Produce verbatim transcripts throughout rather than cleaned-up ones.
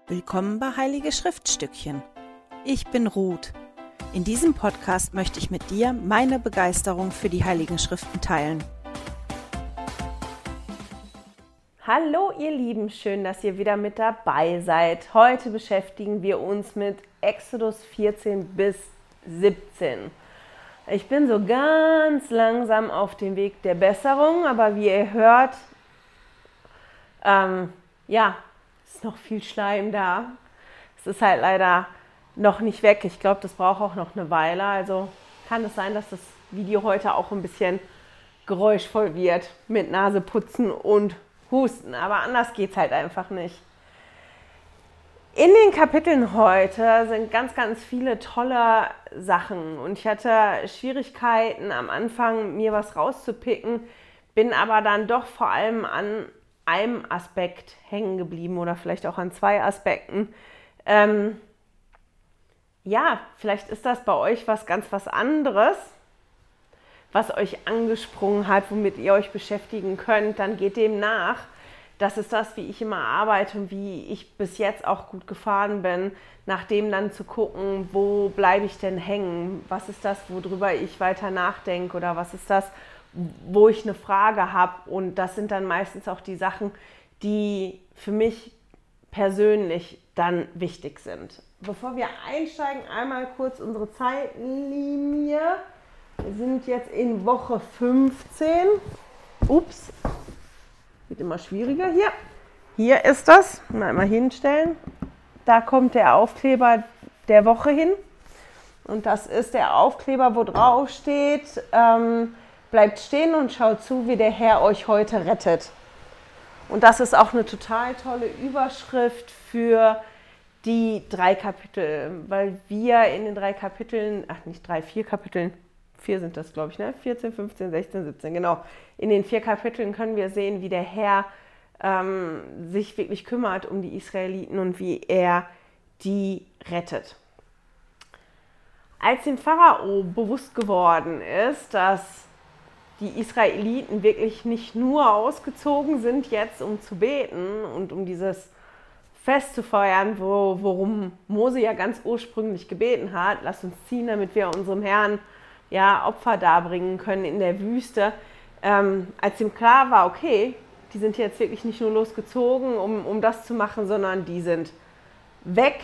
Willkommen bei Heilige Schriftstückchen. Ich bin Ruth. In diesem Podcast möchte ich mit dir meine Begeisterung für die Heiligen Schriften teilen. Hallo ihr Lieben, schön, dass ihr wieder mit dabei seid. Heute beschäftigen wir uns mit Exodus vierzehn bis siebzehn. Ich bin so ganz langsam auf dem Weg der Besserung, aber wie ihr hört, ähm, ja, ist noch viel Schleim da. Es ist halt leider noch nicht weg. Ich glaube, das braucht auch noch eine Weile. Also kann es sein, dass das Video heute auch ein bisschen geräuschvoll wird mit Naseputzen und Husten. Aber anders geht es halt einfach nicht. In den Kapiteln heute sind ganz, ganz viele tolle Sachen. Und ich hatte Schwierigkeiten am Anfang, mir was rauszupicken, bin aber dann doch vor allem an einem Aspekt hängen geblieben oder vielleicht auch an zwei Aspekten. Ähm, ja, vielleicht ist das bei euch was ganz was anderes, was euch angesprungen hat, womit ihr euch beschäftigen könnt, dann geht dem nach. Das ist das, wie ich immer arbeite und wie ich bis jetzt auch gut gefahren bin, nach dem dann zu gucken, wo bleibe ich denn hängen? Was ist das, worüber ich weiter nachdenke oder was ist das, wo ich eine Frage habe? Und das sind dann meistens auch die Sachen, die für mich persönlich dann wichtig sind. Bevor wir einsteigen, einmal kurz unsere Zeitlinie. Wir sind jetzt in Woche fünfzehn. Ups, wird immer schwieriger hier. Hier ist das, mal einmal hinstellen. Da kommt der Aufkleber der Woche hin. Und das ist der Aufkleber, wo drauf steht, ähm, bleibt stehen und schaut zu, wie der Herr euch heute rettet. Und das ist auch eine total tolle Überschrift für die drei Kapitel, weil wir in den drei Kapiteln, ach nicht drei, vier Kapiteln, vier sind das, glaube ich, ne? vierzehn, fünfzehn, sechzehn, siebzehn, genau. In den vier Kapiteln können wir sehen, wie der Herr ähm, sich wirklich kümmert um die Israeliten und wie er die rettet. Als dem Pharao bewusst geworden ist, dass die Israeliten wirklich nicht nur ausgezogen sind jetzt, um zu beten und um dieses Fest zu feiern, wo, worum Mose ja ganz ursprünglich gebeten hat, lasst uns ziehen, damit wir unserem Herrn ja, Opfer darbringen können in der Wüste. Ähm, als ihm klar war, okay, die sind jetzt wirklich nicht nur losgezogen, um, um das zu machen, sondern die sind weg,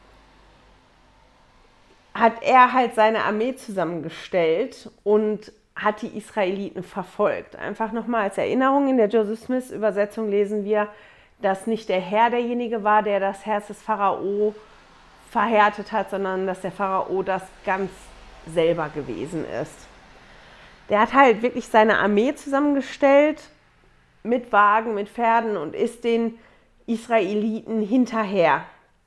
hat er halt seine Armee zusammengestellt und hat die Israeliten verfolgt. Einfach nochmal als Erinnerung, in der Joseph Smith Übersetzung lesen wir, dass nicht der Herr derjenige war, der das Herz des Pharao verhärtet hat, sondern dass der Pharao das ganz selber gewesen ist. Der hat halt wirklich seine Armee zusammengestellt mit Wagen, mit Pferden und ist den Israeliten hinterher.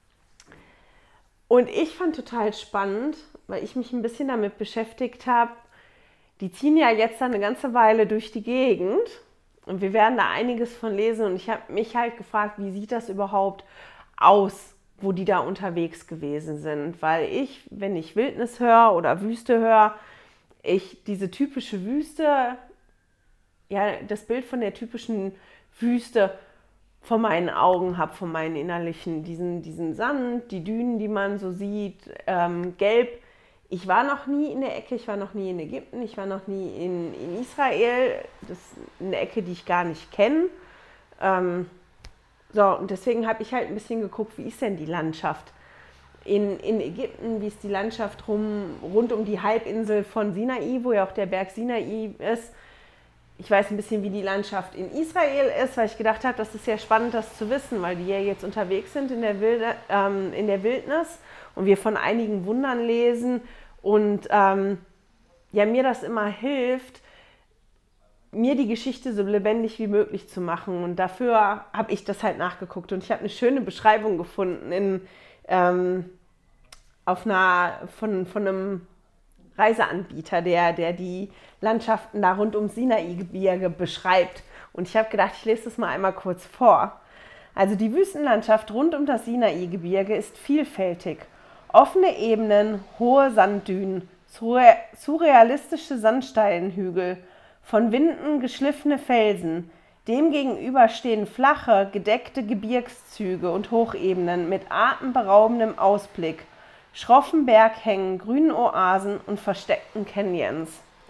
Und ich fand total spannend, weil ich mich ein bisschen damit beschäftigt habe, die ziehen ja jetzt eine ganze Weile durch die Gegend und wir werden da einiges von lesen und ich habe mich halt gefragt, wie sieht das überhaupt aus, wo die da unterwegs gewesen sind, weil ich, wenn ich Wildnis höre oder Wüste höre, ich diese typische Wüste, ja, das Bild von der typischen Wüste vor meinen Augen habe, von meinen innerlichen, diesen, diesen Sand, die Dünen, die man so sieht, ähm, gelb. Ich war noch nie in der Ecke, ich war noch nie in Ägypten, ich war noch nie in, in Israel. Das ist eine Ecke, die ich gar nicht kenne. Ähm, so, und deswegen habe ich halt ein bisschen geguckt, wie ist denn die Landschaft in, in Ägypten, wie ist die Landschaft rum, rund um die Halbinsel von Sinai, wo ja auch der Berg Sinai ist. Ich weiß ein bisschen, wie die Landschaft in Israel ist, weil ich gedacht habe, das ist sehr spannend, das zu wissen, weil die ja jetzt unterwegs sind in der, Wilde, ähm, in der Wildnis und wir von einigen Wundern lesen. Und ähm, ja, mir das immer hilft, mir die Geschichte so lebendig wie möglich zu machen. Und dafür habe ich das halt nachgeguckt. Und ich habe eine schöne Beschreibung gefunden in, ähm, auf einer, von, von einem Reiseanbieter, der, der die Landschaften da rund ums Sinai-Gebirge beschreibt. Und ich habe gedacht, ich lese das mal einmal kurz vor. Also die Wüstenlandschaft rund um das Sinai-Gebirge ist vielfältig. Offene Ebenen, hohe Sanddünen, surrealistische Sandsteinhügel, von Winden geschliffene Felsen, Demgegenüber stehen flache, gedeckte Gebirgszüge und Hochebenen mit atemberaubendem Ausblick, schroffen Berghängen, grünen Oasen und versteckten Canyons.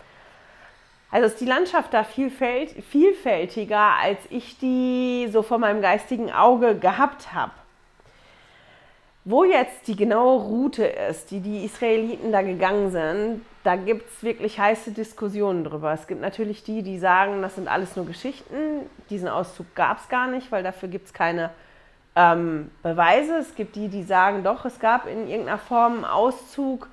Also ist die Landschaft da vielfält, vielfältiger, als ich die so vor meinem geistigen Auge gehabt habe. Wo jetzt die genaue Route ist, die die Israeliten da gegangen sind, da gibt es wirklich heiße Diskussionen drüber. Es gibt natürlich die, die sagen, das sind alles nur Geschichten. Diesen Auszug gab es gar nicht, weil dafür gibt es keine ähm, Beweise. Es gibt die, die sagen, doch, es gab in irgendeiner Form einen Auszug.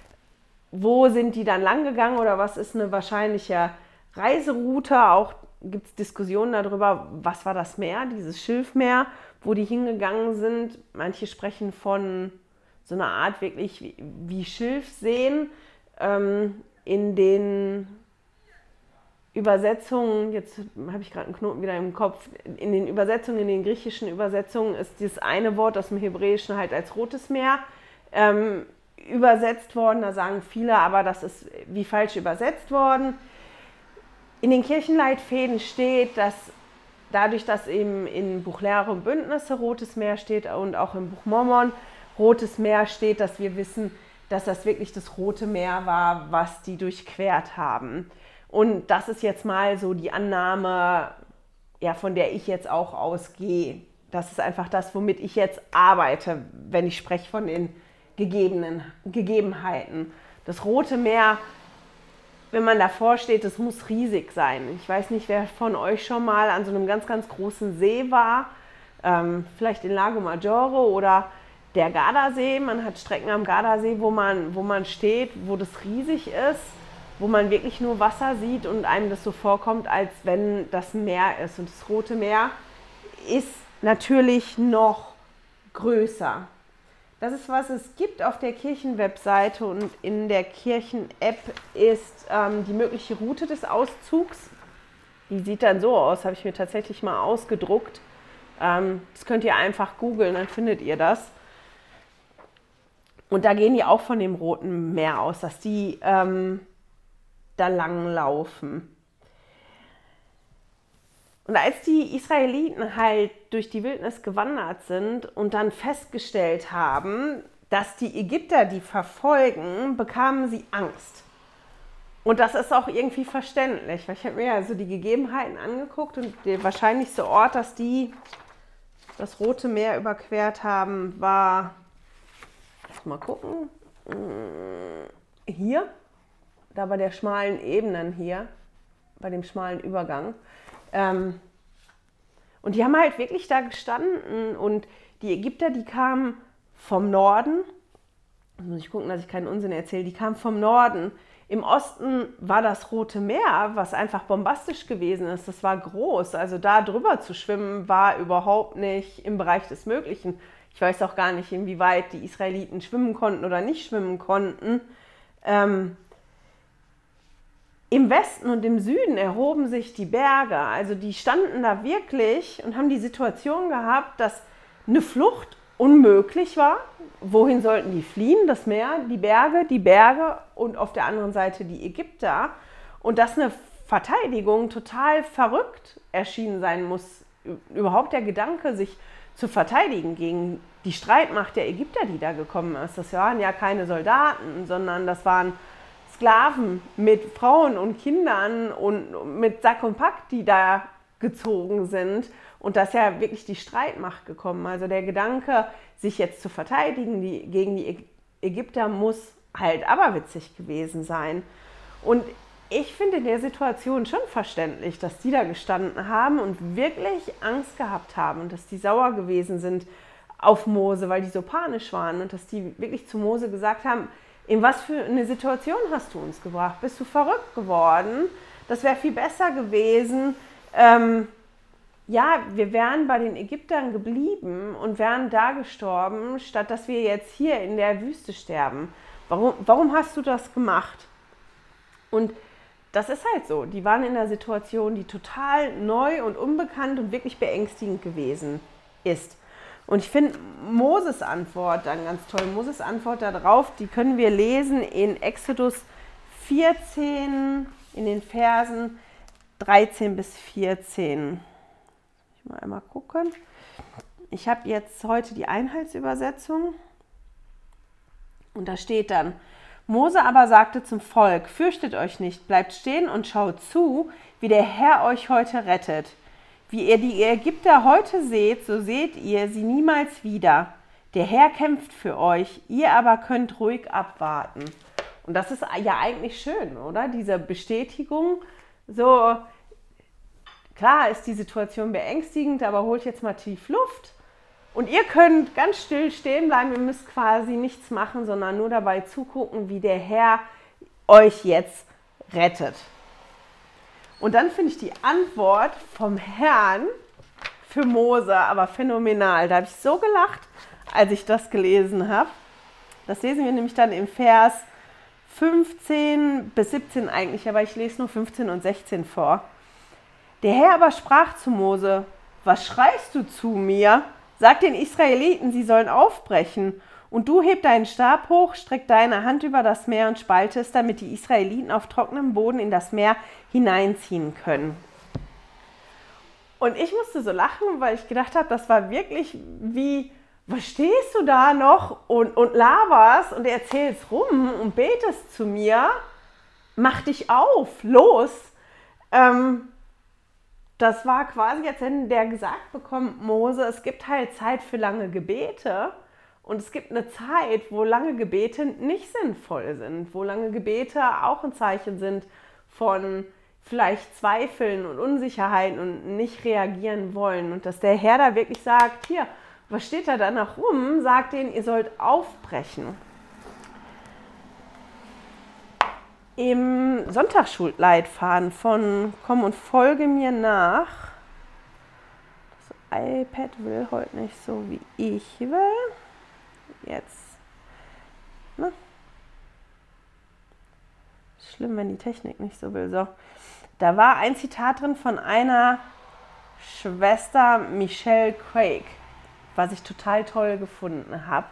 Wo sind die dann lang gegangen oder was ist eine wahrscheinliche Reiseroute? Auch gibt es Diskussionen darüber, was war das Meer, dieses Schilfmeer, wo die hingegangen sind. Manche sprechen von so einer Art wirklich wie, wie Schilfseen. Ähm, in den Übersetzungen, jetzt habe ich gerade einen Knoten wieder im Kopf, in den Übersetzungen, in den griechischen Übersetzungen ist dieses eine Wort aus dem Hebräischen halt als Rotes Meer ähm, übersetzt worden. Da sagen viele, aber das ist wie falsch übersetzt worden. In den Kirchenleitfäden steht, dass dadurch, dass eben in Buch Lehre und Bündnisse Rotes Meer steht und auch im Buch Mormon Rotes Meer steht, dass wir wissen, dass das wirklich das Rote Meer war, was die durchquert haben. Und das ist jetzt mal so die Annahme, ja, von der ich jetzt auch ausgehe. Das ist einfach das, womit ich jetzt arbeite, wenn ich spreche von den gegebenen Gegebenheiten. Das Rote Meer, wenn man davor steht, das muss riesig sein. Ich weiß nicht, wer von euch schon mal an so einem ganz, ganz großen See war, ähm, vielleicht in Lago Maggiore oder der Gardasee. Man hat Strecken am Gardasee, wo man, wo man steht, wo das riesig ist, wo man wirklich nur Wasser sieht und einem das so vorkommt, als wenn das Meer ist. Und das Rote Meer ist natürlich noch größer. Das ist, was es gibt auf der Kirchenwebseite und in der Kirchen-App ist ähm, die mögliche Route des Auszugs. Die sieht dann so aus, habe ich mir tatsächlich mal ausgedruckt. Ähm, das könnt ihr einfach googeln, dann findet ihr das. Und da gehen die auch von dem Roten Meer aus, dass die ähm, da lang laufen. Und als die Israeliten halt durch die Wildnis gewandert sind und dann festgestellt haben, dass die Ägypter die verfolgen, bekamen sie Angst. Und das ist auch irgendwie verständlich, weil ich habe mir ja so die Gegebenheiten angeguckt und der wahrscheinlichste Ort, dass die das Rote Meer überquert haben, war, mal gucken, hier, da bei der schmalen Ebenen hier, bei dem schmalen Übergang. Ähm, und die haben halt wirklich da gestanden und die Ägypter, die kamen vom Norden, muss ich gucken, dass ich keinen Unsinn erzähle, die kamen vom Norden. Im Osten war das Rote Meer, was einfach bombastisch gewesen ist, das war groß, also da drüber zu schwimmen war überhaupt nicht im Bereich des Möglichen. Ich weiß auch gar nicht, inwieweit die Israeliten schwimmen konnten oder nicht schwimmen konnten. Ähm, Im Westen und im Süden erhoben sich die Berge. Also die standen da wirklich und haben die Situation gehabt, dass eine Flucht unmöglich war. Wohin sollten die fliehen? Das Meer, die Berge, die Berge und auf der anderen Seite die Ägypter. Und dass eine Verteidigung total verrückt erschienen sein muss. Überhaupt der Gedanke, sich zu verteidigen gegen die Streitmacht der Ägypter, die da gekommen ist. Das waren ja keine Soldaten, sondern das waren Sklaven mit Frauen und Kindern und mit Sack und Pack, die da gezogen sind. Und da ist ja wirklich die Streitmacht gekommen. Also der Gedanke, sich jetzt zu verteidigen die, gegen die Ägypter, muss halt aberwitzig gewesen sein. Und ich finde in der Situation schon verständlich, dass die da gestanden haben und wirklich Angst gehabt haben und dass die sauer gewesen sind auf Mose, weil die so panisch waren und dass die wirklich zu Mose gesagt haben, in was für eine Situation hast du uns gebracht? Bist du verrückt geworden? Das wäre viel besser gewesen. Ähm, ja, wir wären bei den Ägyptern geblieben und wären da gestorben, statt dass wir jetzt hier in der Wüste sterben. Warum, warum hast du das gemacht? Und das ist halt so. Die waren in einer Situation, die total neu und unbekannt und wirklich beängstigend gewesen ist. Und ich finde Moses Antwort dann ganz toll. Moses Antwort darauf, die können wir lesen in Exodus vierzehn, in den Versen dreizehn bis vierzehn. Mal einmal gucken. Ich habe jetzt heute die Einheitsübersetzung und da steht dann: Mose aber sagte zum Volk: Fürchtet euch nicht, bleibt stehen und schaut zu, wie der Herr euch heute rettet. Wie ihr die Ägypter heute seht, so seht ihr sie niemals wieder. Der Herr kämpft für euch, ihr aber könnt ruhig abwarten. Und das ist ja eigentlich schön, oder? Diese Bestätigung. So, klar ist die Situation beängstigend, aber holt jetzt mal tief Luft. Und ihr könnt ganz still stehen bleiben, ihr müsst quasi nichts machen, sondern nur dabei zugucken, wie der Herr euch jetzt rettet. Und dann finde ich die Antwort vom Herrn für Mose aber phänomenal. Da habe ich so gelacht, als ich das gelesen habe. Das lesen wir nämlich dann im Vers fünfzehn bis siebzehn eigentlich, aber ich lese nur fünfzehn und sechzehn vor. Der Herr aber sprach zu Mose: Was schreist du zu mir? Sag den Israeliten, sie sollen aufbrechen. Und du heb deinen Stab hoch, streck deine Hand über das Meer und spalte es, damit die Israeliten auf trockenem Boden in das Meer hineinziehen können. Und ich musste so lachen, weil ich gedacht habe, das war wirklich wie, was stehst du da noch und, und laberst und erzählst rum und betest zu mir? Mach dich auf, los! Ähm, das war quasi, als wenn der gesagt bekommt, Mose, es gibt halt Zeit für lange Gebete. Und es gibt eine Zeit, wo lange Gebete nicht sinnvoll sind, wo lange Gebete auch ein Zeichen sind von vielleicht Zweifeln und Unsicherheiten und nicht reagieren wollen. Und dass der Herr da wirklich sagt, hier, was steht da danach rum? Sagt denen, ihr sollt aufbrechen. Im Sonntagsschulleitfaden von Komm und folge mir nach, das iPad will heute nicht so, wie ich will. Jetzt. Ne? Schlimm, wenn die Technik nicht so will. So. Da war ein Zitat drin von einer Schwester Michelle Craig, was ich total toll gefunden habe.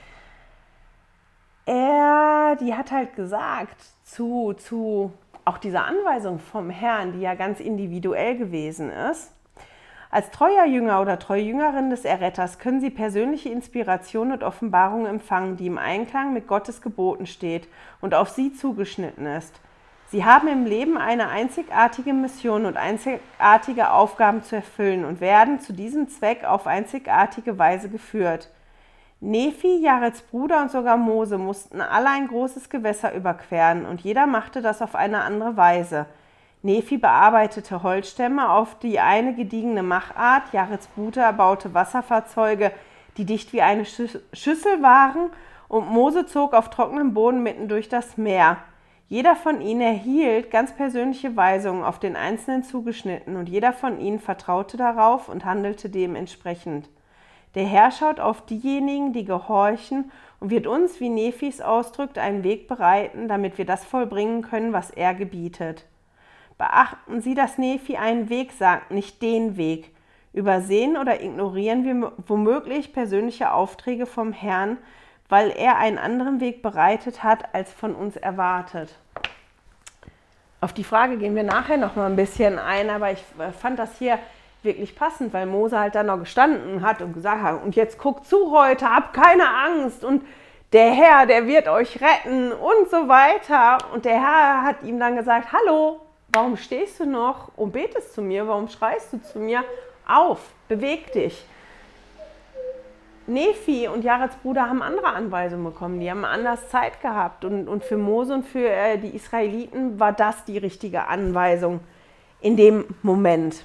Er, die hat halt gesagt zu, zu auch dieser Anweisung vom Herrn, die ja ganz individuell gewesen ist: Als treuer Jünger oder treue Jüngerin des Erretters können Sie persönliche Inspiration und Offenbarung empfangen, die im Einklang mit Gottes Geboten steht und auf Sie zugeschnitten ist. Sie haben im Leben eine einzigartige Mission und einzigartige Aufgaben zu erfüllen und werden zu diesem Zweck auf einzigartige Weise geführt. Nephi, Jareds Bruder und sogar Mose mussten alle ein großes Gewässer überqueren und jeder machte das auf eine andere Weise. Nephi bearbeitete Holzstämme auf die eine gediegene Machart, Jareds Bruder baute Wasserfahrzeuge, die dicht wie eine Schüssel waren, und Mose zog auf trockenem Boden mitten durch das Meer. Jeder von ihnen erhielt ganz persönliche Weisungen auf den Einzelnen zugeschnitten und jeder von ihnen vertraute darauf und handelte dementsprechend. Der Herr schaut auf diejenigen, die gehorchen, und wird uns, wie Nephis ausdrückt, einen Weg bereiten, damit wir das vollbringen können, was er gebietet. Beachten Sie, dass Nephi einen Weg sagt, nicht den Weg. Übersehen oder ignorieren wir womöglich persönliche Aufträge vom Herrn, weil er einen anderen Weg bereitet hat, als von uns erwartet. Auf die Frage gehen wir nachher noch mal ein bisschen ein, aber ich fand das hier wirklich passend, weil Mose halt dann noch gestanden hat und gesagt hat, und jetzt guckt zu heute, habt keine Angst und der Herr, der wird euch retten und so weiter. Und der Herr hat ihm dann gesagt, hallo, warum stehst du noch und betest zu mir? Warum schreist du zu mir? Auf, beweg dich. Nephi und Jareds Bruder haben andere Anweisungen bekommen. Die haben anders Zeit gehabt. Und, und für Mose und für äh, die Israeliten war das die richtige Anweisung in dem Moment.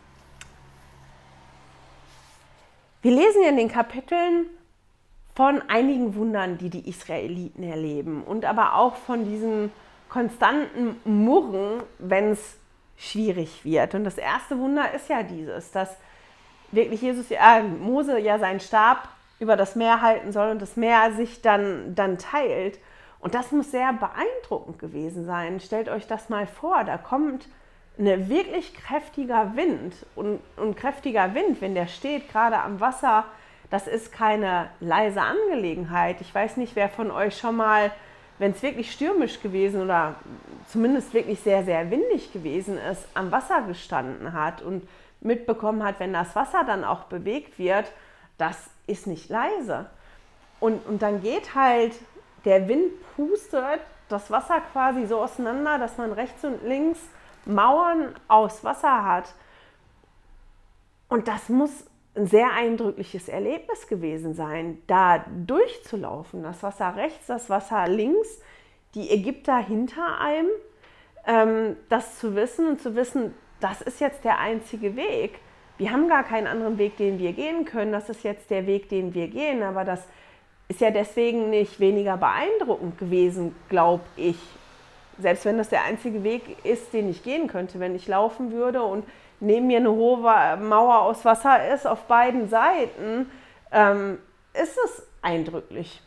Wir lesen ja in den Kapiteln von einigen Wundern, die die Israeliten erleben. Und aber auch von diesem konstanten Murren, wenn es schwierig wird. Und das erste Wunder ist ja dieses, dass wirklich Jesus, äh, Mose ja seinen Stab über das Meer halten soll und das Meer sich dann, dann teilt. Und das muss sehr beeindruckend gewesen sein. Stellt euch das mal vor, da kommt ein wirklich kräftiger Wind. Und, und kräftiger Wind, wenn der steht, gerade am Wasser, das ist keine leise Angelegenheit. Ich weiß nicht, wer von euch schon mal, wenn es wirklich stürmisch gewesen oder zumindest wirklich sehr, sehr windig gewesen ist, am Wasser gestanden hat und mitbekommen hat, wenn das Wasser dann auch bewegt wird, das ist nicht leise. Und, und dann geht halt, der Wind pustet das Wasser quasi so auseinander, dass man rechts und links Mauern aus Wasser hat. Und das muss ein sehr eindrückliches Erlebnis gewesen sein, da durchzulaufen. Das Wasser rechts, das Wasser links, die Ägypter hinter einem. Ähm, das zu wissen und zu wissen, das ist jetzt der einzige Weg. Wir haben gar keinen anderen Weg, den wir gehen können. Das ist jetzt der Weg, den wir gehen. Aber das ist ja deswegen nicht weniger beeindruckend gewesen, glaube ich. Selbst wenn das der einzige Weg ist, den ich gehen könnte, wenn ich laufen würde und neben mir eine hohe Mauer aus Wasser ist, auf beiden Seiten, ähm, ist es eindrücklich.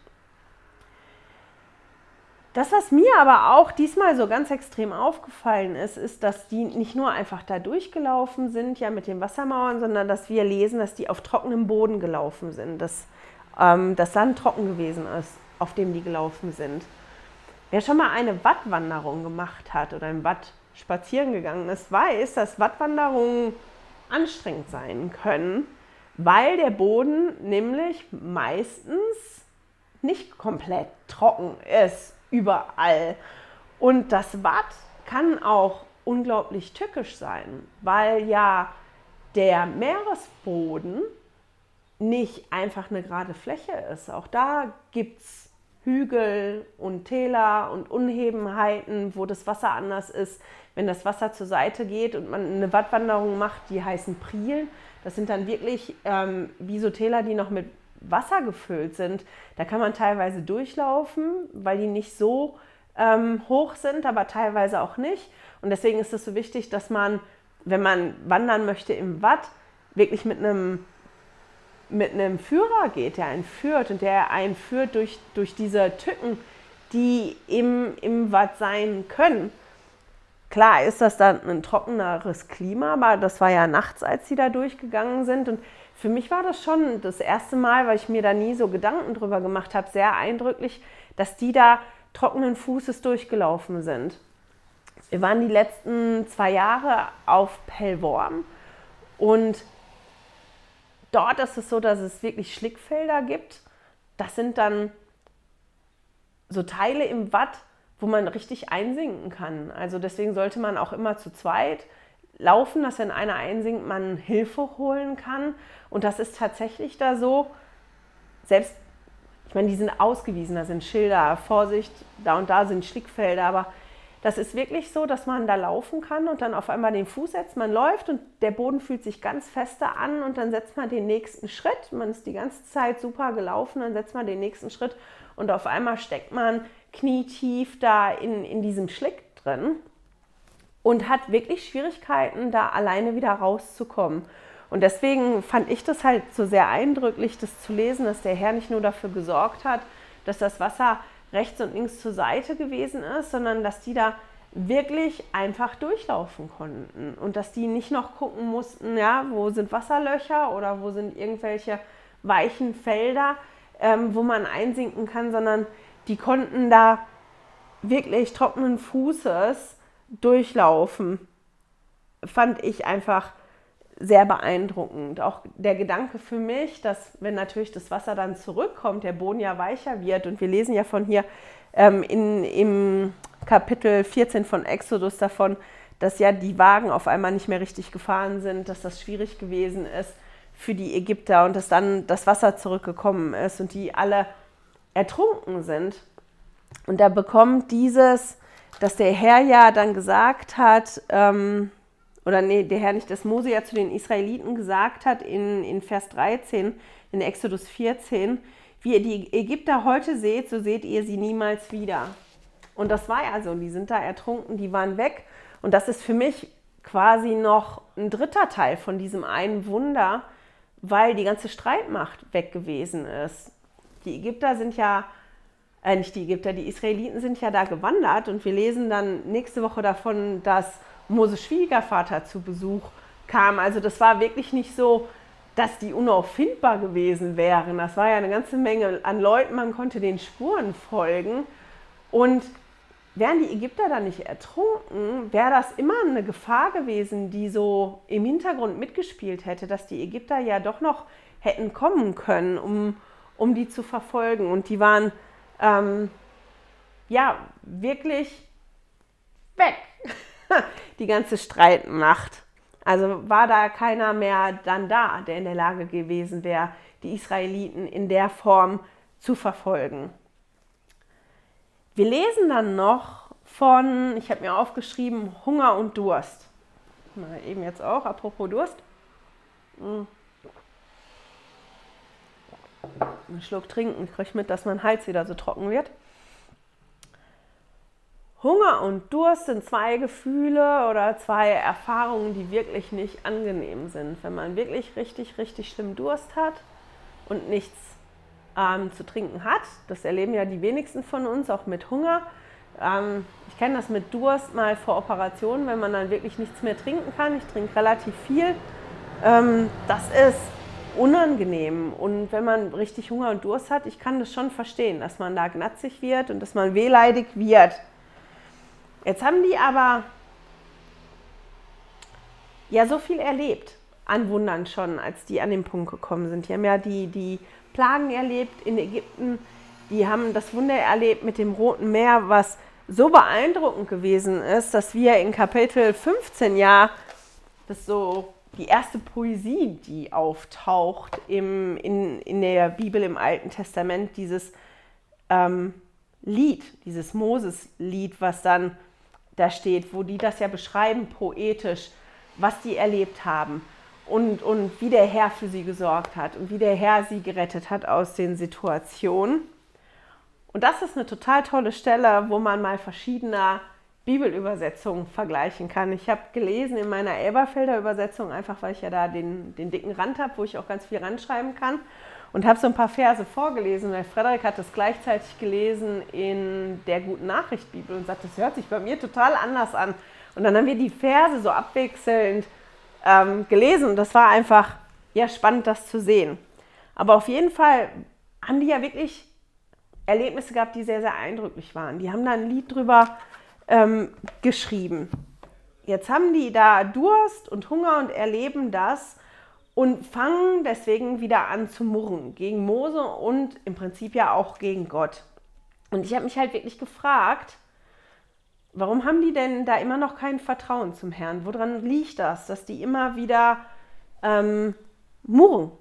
Das, was mir aber auch diesmal so ganz extrem aufgefallen ist, ist, dass die nicht nur einfach da durchgelaufen sind, ja mit den Wassermauern, sondern dass wir lesen, dass die auf trockenem Boden gelaufen sind, dass ähm, das Sand trocken gewesen ist, auf dem die gelaufen sind. Wer schon mal eine Wattwanderung gemacht hat oder im Watt spazieren gegangen ist, weiß, dass Wattwanderungen anstrengend sein können, weil der Boden nämlich meistens nicht komplett trocken ist, überall. Und das Watt kann auch unglaublich tückisch sein, weil ja der Meeresboden nicht einfach eine gerade Fläche ist. Auch da gibt es Hügel und Täler und Unebenheiten, wo das Wasser anders ist. Wenn das Wasser zur Seite geht und man eine Wattwanderung macht, die heißen Prielen, das sind dann wirklich ähm, wie so Täler, die noch mit Wasser gefüllt sind. Da kann man teilweise durchlaufen, weil die nicht so ähm, hoch sind, aber teilweise auch nicht. Und deswegen ist es so wichtig, dass man, wenn man wandern möchte im Watt, wirklich mit einem mit einem Führer geht, der einen führt und der einen führt durch, durch diese Tücken, die im, im Watt sein können. Klar ist das dann ein trockeneres Klima, aber das war ja nachts, als sie da durchgegangen sind. Und für mich war das schon das erste Mal, weil ich mir da nie so Gedanken drüber gemacht habe, sehr eindrücklich, dass die da trockenen Fußes durchgelaufen sind. Wir waren die letzten zwei Jahre auf Pellworm und dort ist es so, dass es wirklich Schlickfelder gibt. Das sind dann so Teile im Watt, wo man richtig einsinken kann. Also deswegen sollte man auch immer zu zweit laufen, dass wenn einer einsinkt, man Hilfe holen kann. Und das ist tatsächlich da so, selbst, ich meine, die sind ausgewiesen, da sind Schilder, Vorsicht, da und da sind Schlickfelder, aber das ist wirklich so, dass man da laufen kann und dann auf einmal den Fuß setzt, man läuft und der Boden fühlt sich ganz feste an und dann setzt man den nächsten Schritt. Man ist die ganze Zeit super gelaufen, dann setzt man den nächsten Schritt und auf einmal steckt man knietief da in, in diesem Schlick drin und hat wirklich Schwierigkeiten, da alleine wieder rauszukommen. Und deswegen fand ich das halt so sehr eindrücklich, das zu lesen, dass der Herr nicht nur dafür gesorgt hat, dass das Wasser rechts und links zur Seite gewesen ist, sondern dass die da wirklich einfach durchlaufen konnten und dass die nicht noch gucken mussten, ja, wo sind Wasserlöcher oder wo sind irgendwelche weichen Felder, ähm, wo man einsinken kann, sondern die konnten da wirklich trockenen Fußes durchlaufen. Fand ich einfach sehr beeindruckend. Auch der Gedanke für mich, dass wenn natürlich das Wasser dann zurückkommt, der Boden ja weicher wird und wir lesen ja von hier ähm, in, im Kapitel vierzehn von Exodus davon, dass ja die Wagen auf einmal nicht mehr richtig gefahren sind, dass das schwierig gewesen ist für die Ägypter und dass dann das Wasser zurückgekommen ist und die alle ertrunken sind. Und da bekommt dieses, dass der Herr ja dann gesagt hat, ähm, oder nee, der Herr nicht, dass Mose ja zu den Israeliten gesagt hat in, in Vers dreizehn, in Exodus vierzehn, wie ihr die Ägypter heute seht, so seht ihr sie niemals wieder. Und das war ja so, die sind da ertrunken, die waren weg. Und das ist für mich quasi noch ein dritter Teil von diesem einen Wunder, weil die ganze Streitmacht weg gewesen ist. Die Ägypter sind ja, äh nicht die Ägypter, die Israeliten sind ja da gewandert und wir lesen dann nächste Woche davon, dass Moses Schwiegervater zu Besuch kam. Also das war wirklich nicht so, dass die unauffindbar gewesen wären. Das war ja eine ganze Menge an Leuten, man konnte den Spuren folgen. Und wären die Ägypter da nicht ertrunken, wäre das immer eine Gefahr gewesen, die so im Hintergrund mitgespielt hätte, dass die Ägypter ja doch noch hätten kommen können, um, um die zu verfolgen. Und die waren ähm, ja wirklich weg, die ganze Streitmacht. Also war da keiner mehr dann da, der in der Lage gewesen wäre, die Israeliten in der Form zu verfolgen. Wir lesen dann noch von, ich habe mir aufgeschrieben, Hunger und Durst. Mal eben jetzt auch, apropos Durst. Einen Schluck trinken, ich kriege mit, dass mein Hals wieder so trocken wird. Hunger und Durst sind zwei Gefühle oder zwei Erfahrungen, die wirklich nicht angenehm sind. Wenn man wirklich richtig, richtig schlimm Durst hat und nichts ähm, zu trinken hat, das erleben ja die wenigsten von uns, auch mit Hunger. Ähm, ich kenne das mit Durst mal vor Operationen, wenn man dann wirklich nichts mehr trinken kann. Ich trinke relativ viel. Ähm, das ist unangenehm. Und wenn man richtig Hunger und Durst hat, ich kann das schon verstehen, dass man da gnatzig wird und dass man wehleidig wird. Jetzt haben die aber ja so viel erlebt an Wundern schon, als die an den Punkt gekommen sind. Die haben ja die, die Plagen erlebt in Ägypten, die haben das Wunder erlebt mit dem Roten Meer, was so beeindruckend gewesen ist, dass wir in Kapitel fünfzehn ja, das ist so die erste Poesie, die auftaucht im, in, in der Bibel im Alten Testament, dieses ähm, Lied, dieses Moses-Lied, was dann da steht, wo die das ja beschreiben, poetisch, was die erlebt haben und, und wie der Herr für sie gesorgt hat und wie der Herr sie gerettet hat aus den Situationen. Und das ist eine total tolle Stelle, wo man mal verschiedene Bibelübersetzungen vergleichen kann. Ich habe gelesen in meiner Elberfelder Übersetzung, einfach weil ich ja da den, den dicken Rand habe, wo ich auch ganz viel ranschreiben kann. Und habe so ein paar Verse vorgelesen, weil Frederik hat das gleichzeitig gelesen in der Guten Nachricht Bibel und sagt, das hört sich bei mir total anders an. Und dann haben wir die Verse so abwechselnd ähm, gelesen und das war einfach ja, spannend, das zu sehen. Aber auf jeden Fall haben die ja wirklich Erlebnisse gehabt, die sehr, sehr eindrücklich waren. Die haben da ein Lied drüber ähm, geschrieben. Jetzt haben die da Durst und Hunger und erleben das und fangen deswegen wieder an zu murren gegen Mose und im Prinzip ja auch gegen Gott. Und ich habe mich halt wirklich gefragt, warum haben die denn da immer noch kein Vertrauen zum Herrn? Woran liegt das, dass die immer wieder ähm, murren?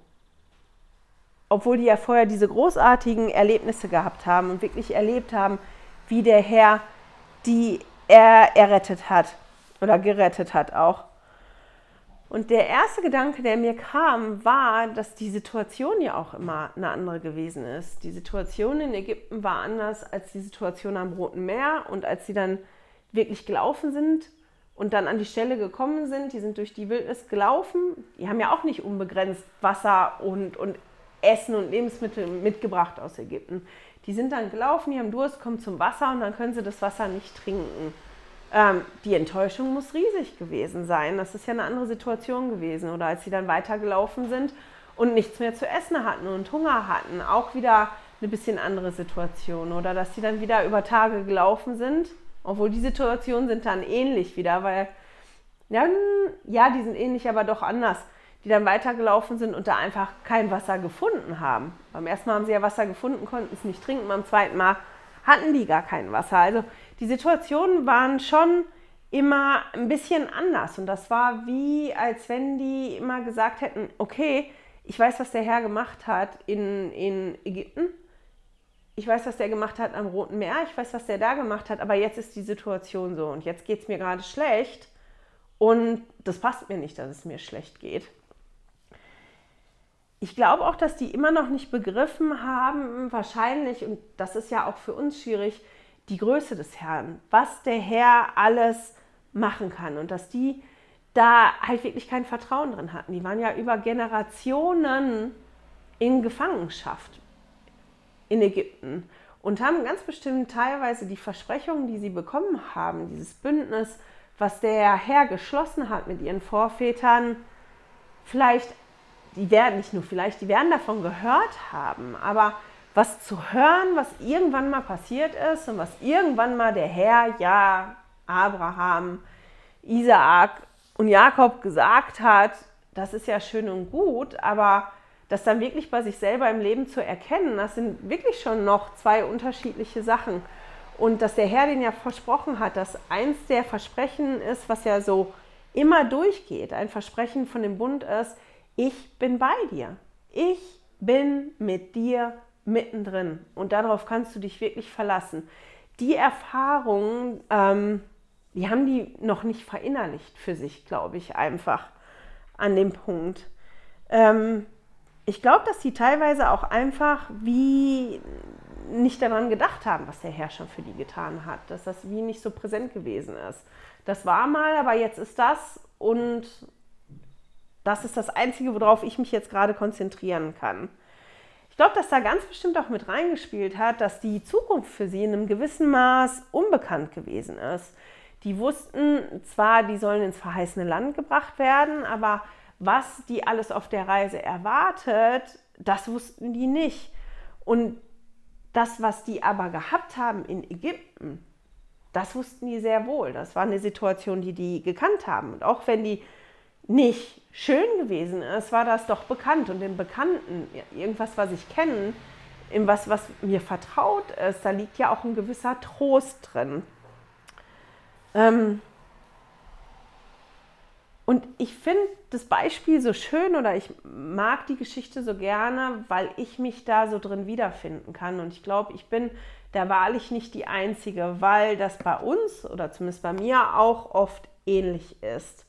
Obwohl die ja vorher diese großartigen Erlebnisse gehabt haben und wirklich erlebt haben, wie der Herr die er errettet hat oder gerettet hat auch. Und der erste Gedanke, der mir kam, war, dass die Situation ja auch immer eine andere gewesen ist. Die Situation in Ägypten war anders als die Situation am Roten Meer. Und als sie dann wirklich gelaufen sind und dann an die Stelle gekommen sind, die sind durch die Wildnis gelaufen, die haben ja auch nicht unbegrenzt Wasser und, und Essen und Lebensmittel mitgebracht aus Ägypten. Die sind dann gelaufen, die haben Durst, kommen zum Wasser und dann können sie das Wasser nicht trinken. Ähm, die Enttäuschung muss riesig gewesen sein. Das ist ja eine andere Situation gewesen. Oder als sie dann weitergelaufen sind und nichts mehr zu essen hatten und Hunger hatten, auch wieder eine bisschen andere Situation. Oder dass sie dann wieder über Tage gelaufen sind, obwohl die Situationen sind dann ähnlich wieder, weil, ja, ja, die sind ähnlich, aber doch anders. Die dann weitergelaufen sind und da einfach kein Wasser gefunden haben. Beim ersten Mal haben sie ja Wasser gefunden, konnten es nicht trinken, beim zweiten Mal hatten die gar kein Wasser. Also die Situationen waren schon immer ein bisschen anders und das war wie, als wenn die immer gesagt hätten, okay, ich weiß, was der Herr gemacht hat in, in Ägypten, ich weiß, was der gemacht hat am Roten Meer, ich weiß, was der da gemacht hat, aber jetzt ist die Situation so und jetzt geht es mir gerade schlecht und das passt mir nicht, dass es mir schlecht geht. Ich glaube auch, dass die immer noch nicht begriffen haben, wahrscheinlich, und das ist ja auch für uns schwierig, die Größe des Herrn, was der Herr alles machen kann und dass die da halt wirklich kein Vertrauen drin hatten. Die waren ja über Generationen in Gefangenschaft in Ägypten und haben ganz bestimmt teilweise die Versprechungen, die sie bekommen haben, dieses Bündnis, was der Herr geschlossen hat mit ihren Vorvätern, vielleicht die werden nicht nur vielleicht, die werden davon gehört haben, aber was zu hören, was irgendwann mal passiert ist und was irgendwann mal der Herr, ja, Abraham, Isaak und Jakob gesagt hat, das ist ja schön und gut, aber das dann wirklich bei sich selber im Leben zu erkennen, das sind wirklich schon noch zwei unterschiedliche Sachen. Und dass der Herr den ja versprochen hat, dass eins der Versprechen ist, was ja so immer durchgeht, ein Versprechen von dem Bund ist, ich bin bei dir. Ich bin mit dir mittendrin. Und darauf kannst du dich wirklich verlassen. Die Erfahrungen, ähm, die haben die noch nicht verinnerlicht für sich, glaube ich, einfach an dem Punkt. Ähm, ich glaube, dass die teilweise auch einfach wie nicht daran gedacht haben, was der Herr schon für die getan hat, dass das wie nicht so präsent gewesen ist. Das war mal, aber jetzt ist das und das ist das Einzige, worauf ich mich jetzt gerade konzentrieren kann. Ich glaube, dass da ganz bestimmt auch mit reingespielt hat, dass die Zukunft für sie in einem gewissen Maß unbekannt gewesen ist. Die wussten zwar, die sollen ins verheißene Land gebracht werden, aber was die alles auf der Reise erwartet, das wussten die nicht. Und das, was die aber gehabt haben in Ägypten, das wussten die sehr wohl. Das war eine Situation, die die gekannt haben. Und auch wenn die nicht schön gewesen ist, war das doch bekannt. Und im Bekannten, irgendwas, was ich kenne, in was, was mir vertraut ist, da liegt ja auch ein gewisser Trost drin. Ähm Und ich finde das Beispiel so schön oder ich mag die Geschichte so gerne, weil ich mich da so drin wiederfinden kann. Und ich glaube, ich bin da wahrlich nicht die Einzige, weil das bei uns oder zumindest bei mir auch oft ähnlich ist.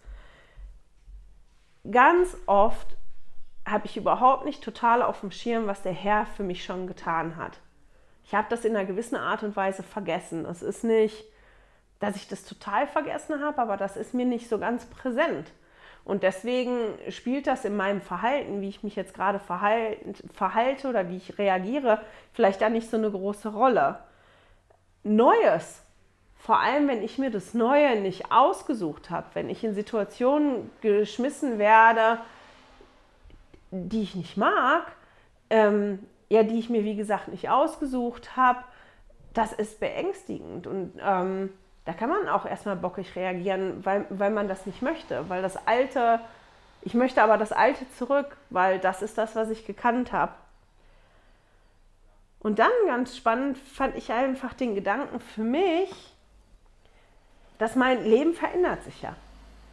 Ganz oft habe ich überhaupt nicht total auf dem Schirm, was der Herr für mich schon getan hat. Ich habe das in einer gewissen Art und Weise vergessen. Es ist nicht, dass ich das total vergessen habe, aber das ist mir nicht so ganz präsent. Und deswegen spielt das in meinem Verhalten, wie ich mich jetzt gerade verhalte oder wie ich reagiere, vielleicht da nicht so eine große Rolle. Neues, vor allem wenn ich mir das Neue nicht ausgesucht habe, wenn ich in Situationen geschmissen werde, die ich nicht mag, ähm, ja, die ich mir wie gesagt nicht ausgesucht habe, das ist beängstigend und ähm, da kann man auch erstmal bockig reagieren, weil, weil man das nicht möchte, weil das Alte, ich möchte aber das Alte zurück, weil das ist das, was ich gekannt habe. Und dann ganz spannend fand ich einfach den Gedanken für mich, dass mein Leben verändert sich ja.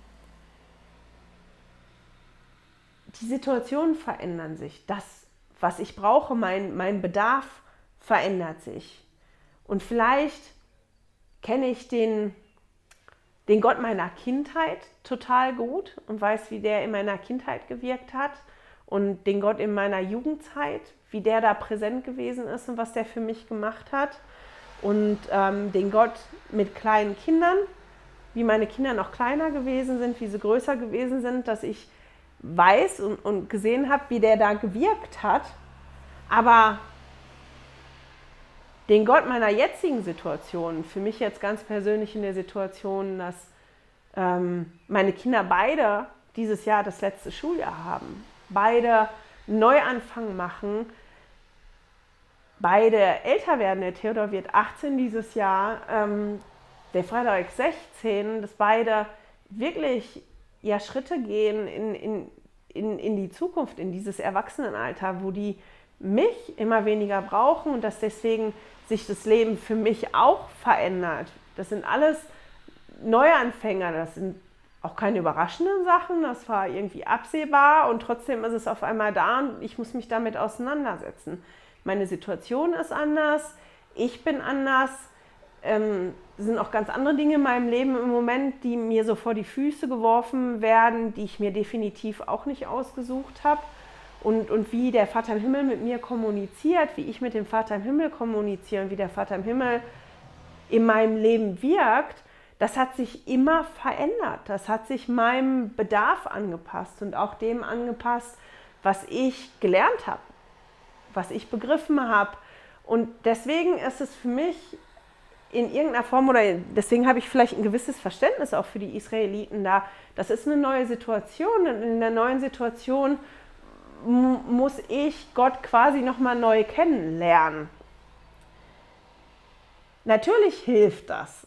Die Situationen verändern sich, das, was ich brauche, mein, mein Bedarf verändert sich. Und vielleicht kenne ich den, den Gott meiner Kindheit total gut und weiß, wie der in meiner Kindheit gewirkt hat und den Gott in meiner Jugendzeit, wie der da präsent gewesen ist und was der für mich gemacht hat und ähm, den Gott mit kleinen Kindern, wie meine Kinder noch kleiner gewesen sind, wie sie größer gewesen sind, dass ich weiß und, und gesehen habe, wie der da gewirkt hat, aber den Gott meiner jetzigen Situation, für mich jetzt ganz persönlich in der Situation, dass ähm, meine Kinder beide dieses Jahr das letzte Schuljahr haben, beide einen Neuanfang machen, beide älter werden. Der Theodor wird achtzehn dieses Jahr, ähm, der Frederik sechzehn, dass beide wirklich ja, Schritte gehen in, in, in, in die Zukunft, in dieses Erwachsenenalter, wo die mich immer weniger brauchen und dass deswegen sich das Leben für mich auch verändert. Das sind alles Neuanfänger, das sind auch keine überraschenden Sachen, das war irgendwie absehbar und trotzdem ist es auf einmal da und ich muss mich damit auseinandersetzen. Meine Situation ist anders, ich bin anders, ähm, es sind auch ganz andere Dinge in meinem Leben im Moment, die mir so vor die Füße geworfen werden, die ich mir definitiv auch nicht ausgesucht habe. Und, und wie der Vater im Himmel mit mir kommuniziert, wie ich mit dem Vater im Himmel kommuniziere und wie der Vater im Himmel in meinem Leben wirkt, das hat sich immer verändert. Das hat sich meinem Bedarf angepasst und auch dem angepasst, was ich gelernt habe, was ich begriffen habe. Und deswegen ist es für mich in irgendeiner Form, oder deswegen habe ich vielleicht ein gewisses Verständnis auch für die Israeliten da, das ist eine neue Situation und in der neuen Situation m- muss ich Gott quasi nochmal neu kennenlernen. Natürlich hilft das,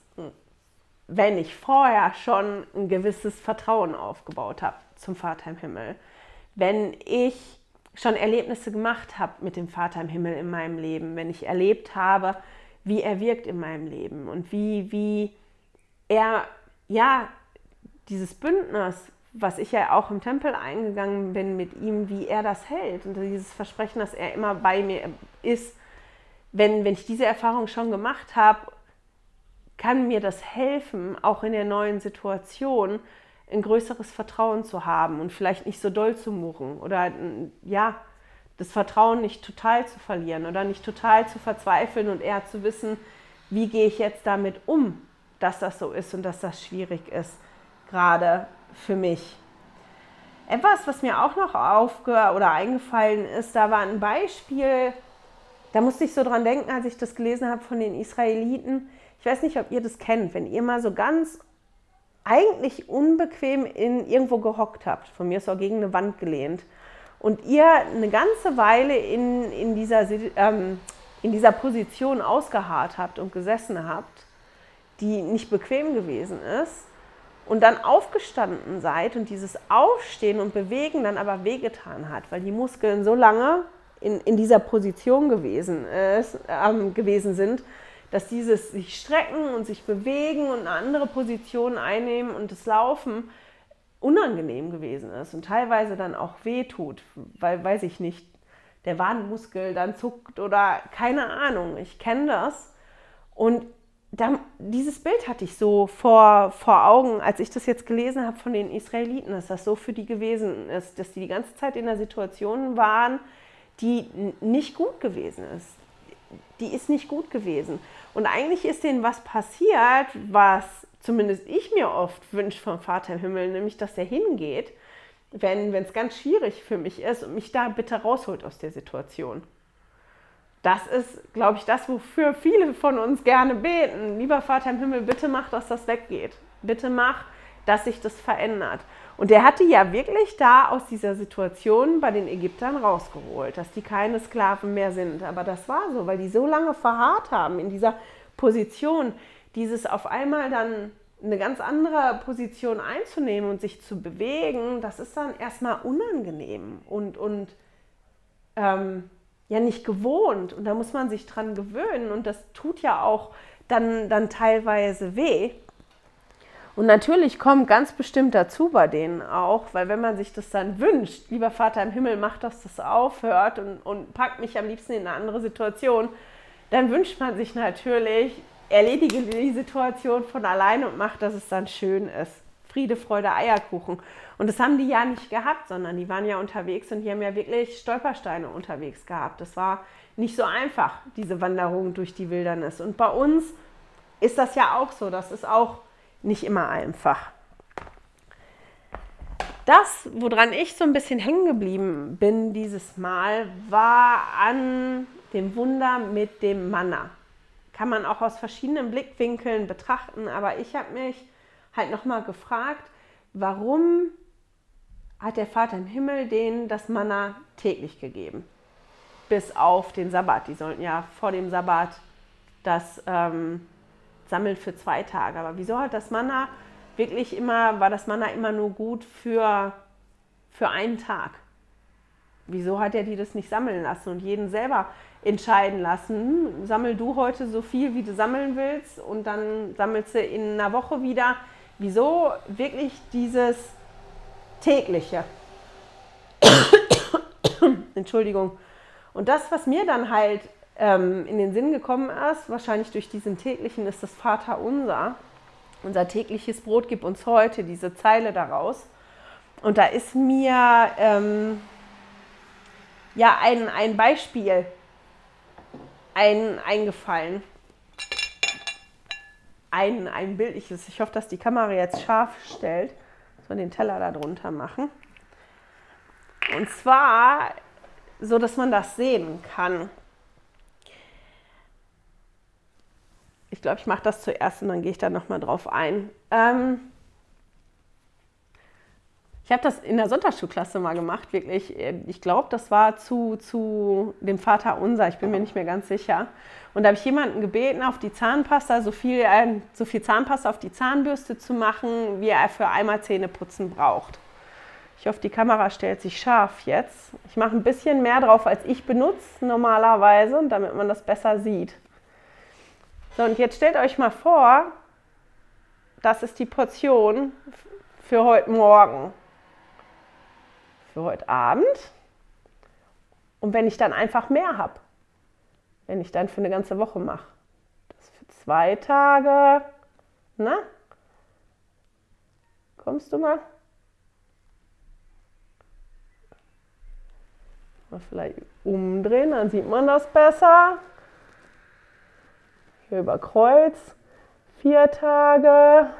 wenn ich vorher schon ein gewisses Vertrauen aufgebaut habe zum Vater im Himmel. Wenn ich schon Erlebnisse gemacht habe mit dem Vater im Himmel in meinem Leben, wenn ich erlebt habe, wie er wirkt in meinem Leben und wie, wie er, ja, dieses Bündnis, was ich ja auch im Tempel eingegangen bin mit ihm, wie er das hält und dieses Versprechen, dass er immer bei mir ist, wenn, wenn ich diese Erfahrung schon gemacht habe, kann mir das helfen, auch in der neuen Situation ein größeres Vertrauen zu haben und vielleicht nicht so doll zu murren oder ja, das Vertrauen nicht total zu verlieren oder nicht total zu verzweifeln und eher zu wissen, wie gehe ich jetzt damit um, dass das so ist und dass das schwierig ist, gerade für mich. Etwas, was mir auch noch aufge- oder eingefallen ist, da war ein Beispiel, da musste ich so dran denken, als ich das gelesen habe von den Israeliten. Ich weiß nicht, ob ihr das kennt, wenn ihr mal so ganz eigentlich unbequem in irgendwo gehockt habt, von mir ist auch gegen eine Wand gelehnt, und ihr eine ganze Weile in, in, dieser, ähm, in dieser Position ausgeharrt habt und gesessen habt, die nicht bequem gewesen ist, und dann aufgestanden seid und dieses Aufstehen und Bewegen dann aber wehgetan hat, weil die Muskeln so lange in, in dieser Position gewesen, ist, ähm, gewesen sind, dass dieses sich strecken und sich bewegen und eine andere Position einnehmen und das Laufen unangenehm gewesen ist und teilweise dann auch wehtut, weil, weiß ich nicht, der Wadenmuskel dann zuckt oder keine Ahnung, ich kenne das. Und dann, dieses Bild hatte ich so vor, vor Augen, als ich das jetzt gelesen habe von den Israeliten, dass das so für die gewesen ist, dass die die ganze Zeit in einer Situation waren, die nicht gut gewesen ist. Die ist nicht gut gewesen. Und eigentlich ist denen was passiert, was zumindest ich mir oft wünsche vom Vater im Himmel, nämlich, dass er hingeht, wenn es ganz schwierig für mich ist und mich da bitte rausholt aus der Situation. Das ist, glaube ich, das, wofür viele von uns gerne beten. Lieber Vater im Himmel, bitte mach, dass das weggeht. Bitte mach, dass sich das verändert. Und er hat die ja wirklich da aus dieser Situation bei den Ägyptern rausgeholt, dass die keine Sklaven mehr sind. Aber das war so, weil die so lange verharrt haben in dieser Position, dieses auf einmal dann eine ganz andere Position einzunehmen und sich zu bewegen, das ist dann erstmal unangenehm und, und ähm, ja nicht gewohnt. Und da muss man sich dran gewöhnen und das tut ja auch dann, dann teilweise weh. Und natürlich kommt ganz bestimmt dazu bei denen auch, weil wenn man sich das dann wünscht, lieber Vater im Himmel, mach, dass das aufhört und, und packt mich am liebsten in eine andere Situation, dann wünscht man sich natürlich, erledige die Situation von alleine und mach, dass es dann schön ist. Friede, Freude, Eierkuchen. Und das haben die ja nicht gehabt, sondern die waren ja unterwegs und die haben ja wirklich Stolpersteine unterwegs gehabt. Das war nicht so einfach, diese Wanderung durch die Wildernis. Und bei uns ist das ja auch so. Das ist auch nicht immer einfach. Das, woran ich so ein bisschen hängen geblieben bin dieses Mal, war an dem Wunder mit dem Manna. Kann man auch aus verschiedenen Blickwinkeln betrachten, aber ich habe mich halt nochmal gefragt, warum hat der Vater im Himmel denen das Manna täglich gegeben? Bis auf den Sabbat. Die sollten ja vor dem Sabbat das ähm, sammeln für zwei Tage. Aber wieso hat das Manna wirklich immer, war das Manna immer nur gut für, für einen Tag? Wieso hat er die das nicht sammeln lassen und jeden selber entscheiden lassen? Sammel du heute so viel, wie du sammeln willst und dann sammelst du in einer Woche wieder. Wieso wirklich dieses tägliche? Entschuldigung. Und das, was mir dann halt ähm, in den Sinn gekommen ist, wahrscheinlich durch diesen täglichen, ist das Vaterunser. Unser tägliches Brot gib uns heute, diese Zeile daraus. Und da ist mir ähm, ja ein, ein Beispiel ein, eingefallen. Ein, ein bildliches. Ich hoffe, dass die Kamera jetzt scharf stellt. Dass wir den Teller da drunter machen. Und zwar so, dass man das sehen kann. Ich glaube, ich mache das zuerst und dann gehe ich da nochmal drauf ein. Ähm Ich habe das in der Sonntagsschulklasse mal gemacht, wirklich. Ich glaube, das war zu, zu dem Vaterunser, ich bin mir nicht mehr ganz sicher. Und da habe ich jemanden gebeten, auf die Zahnpasta, so viel, äh, so viel Zahnpasta auf die Zahnbürste zu machen, wie er für einmal Zähneputzen braucht. Ich hoffe, die Kamera stellt sich scharf jetzt. Ich mache ein bisschen mehr drauf, als ich benutze normalerweise, damit man das besser sieht. So, und jetzt stellt euch mal vor, das ist die Portion für heute Morgen, für heute Abend. Und wenn ich dann einfach mehr habe, wenn ich dann für eine ganze Woche mache, das für zwei Tage, na? Kommst du mal? Mal vielleicht umdrehen, dann sieht man das besser. Hier über Kreuz, vier Tage.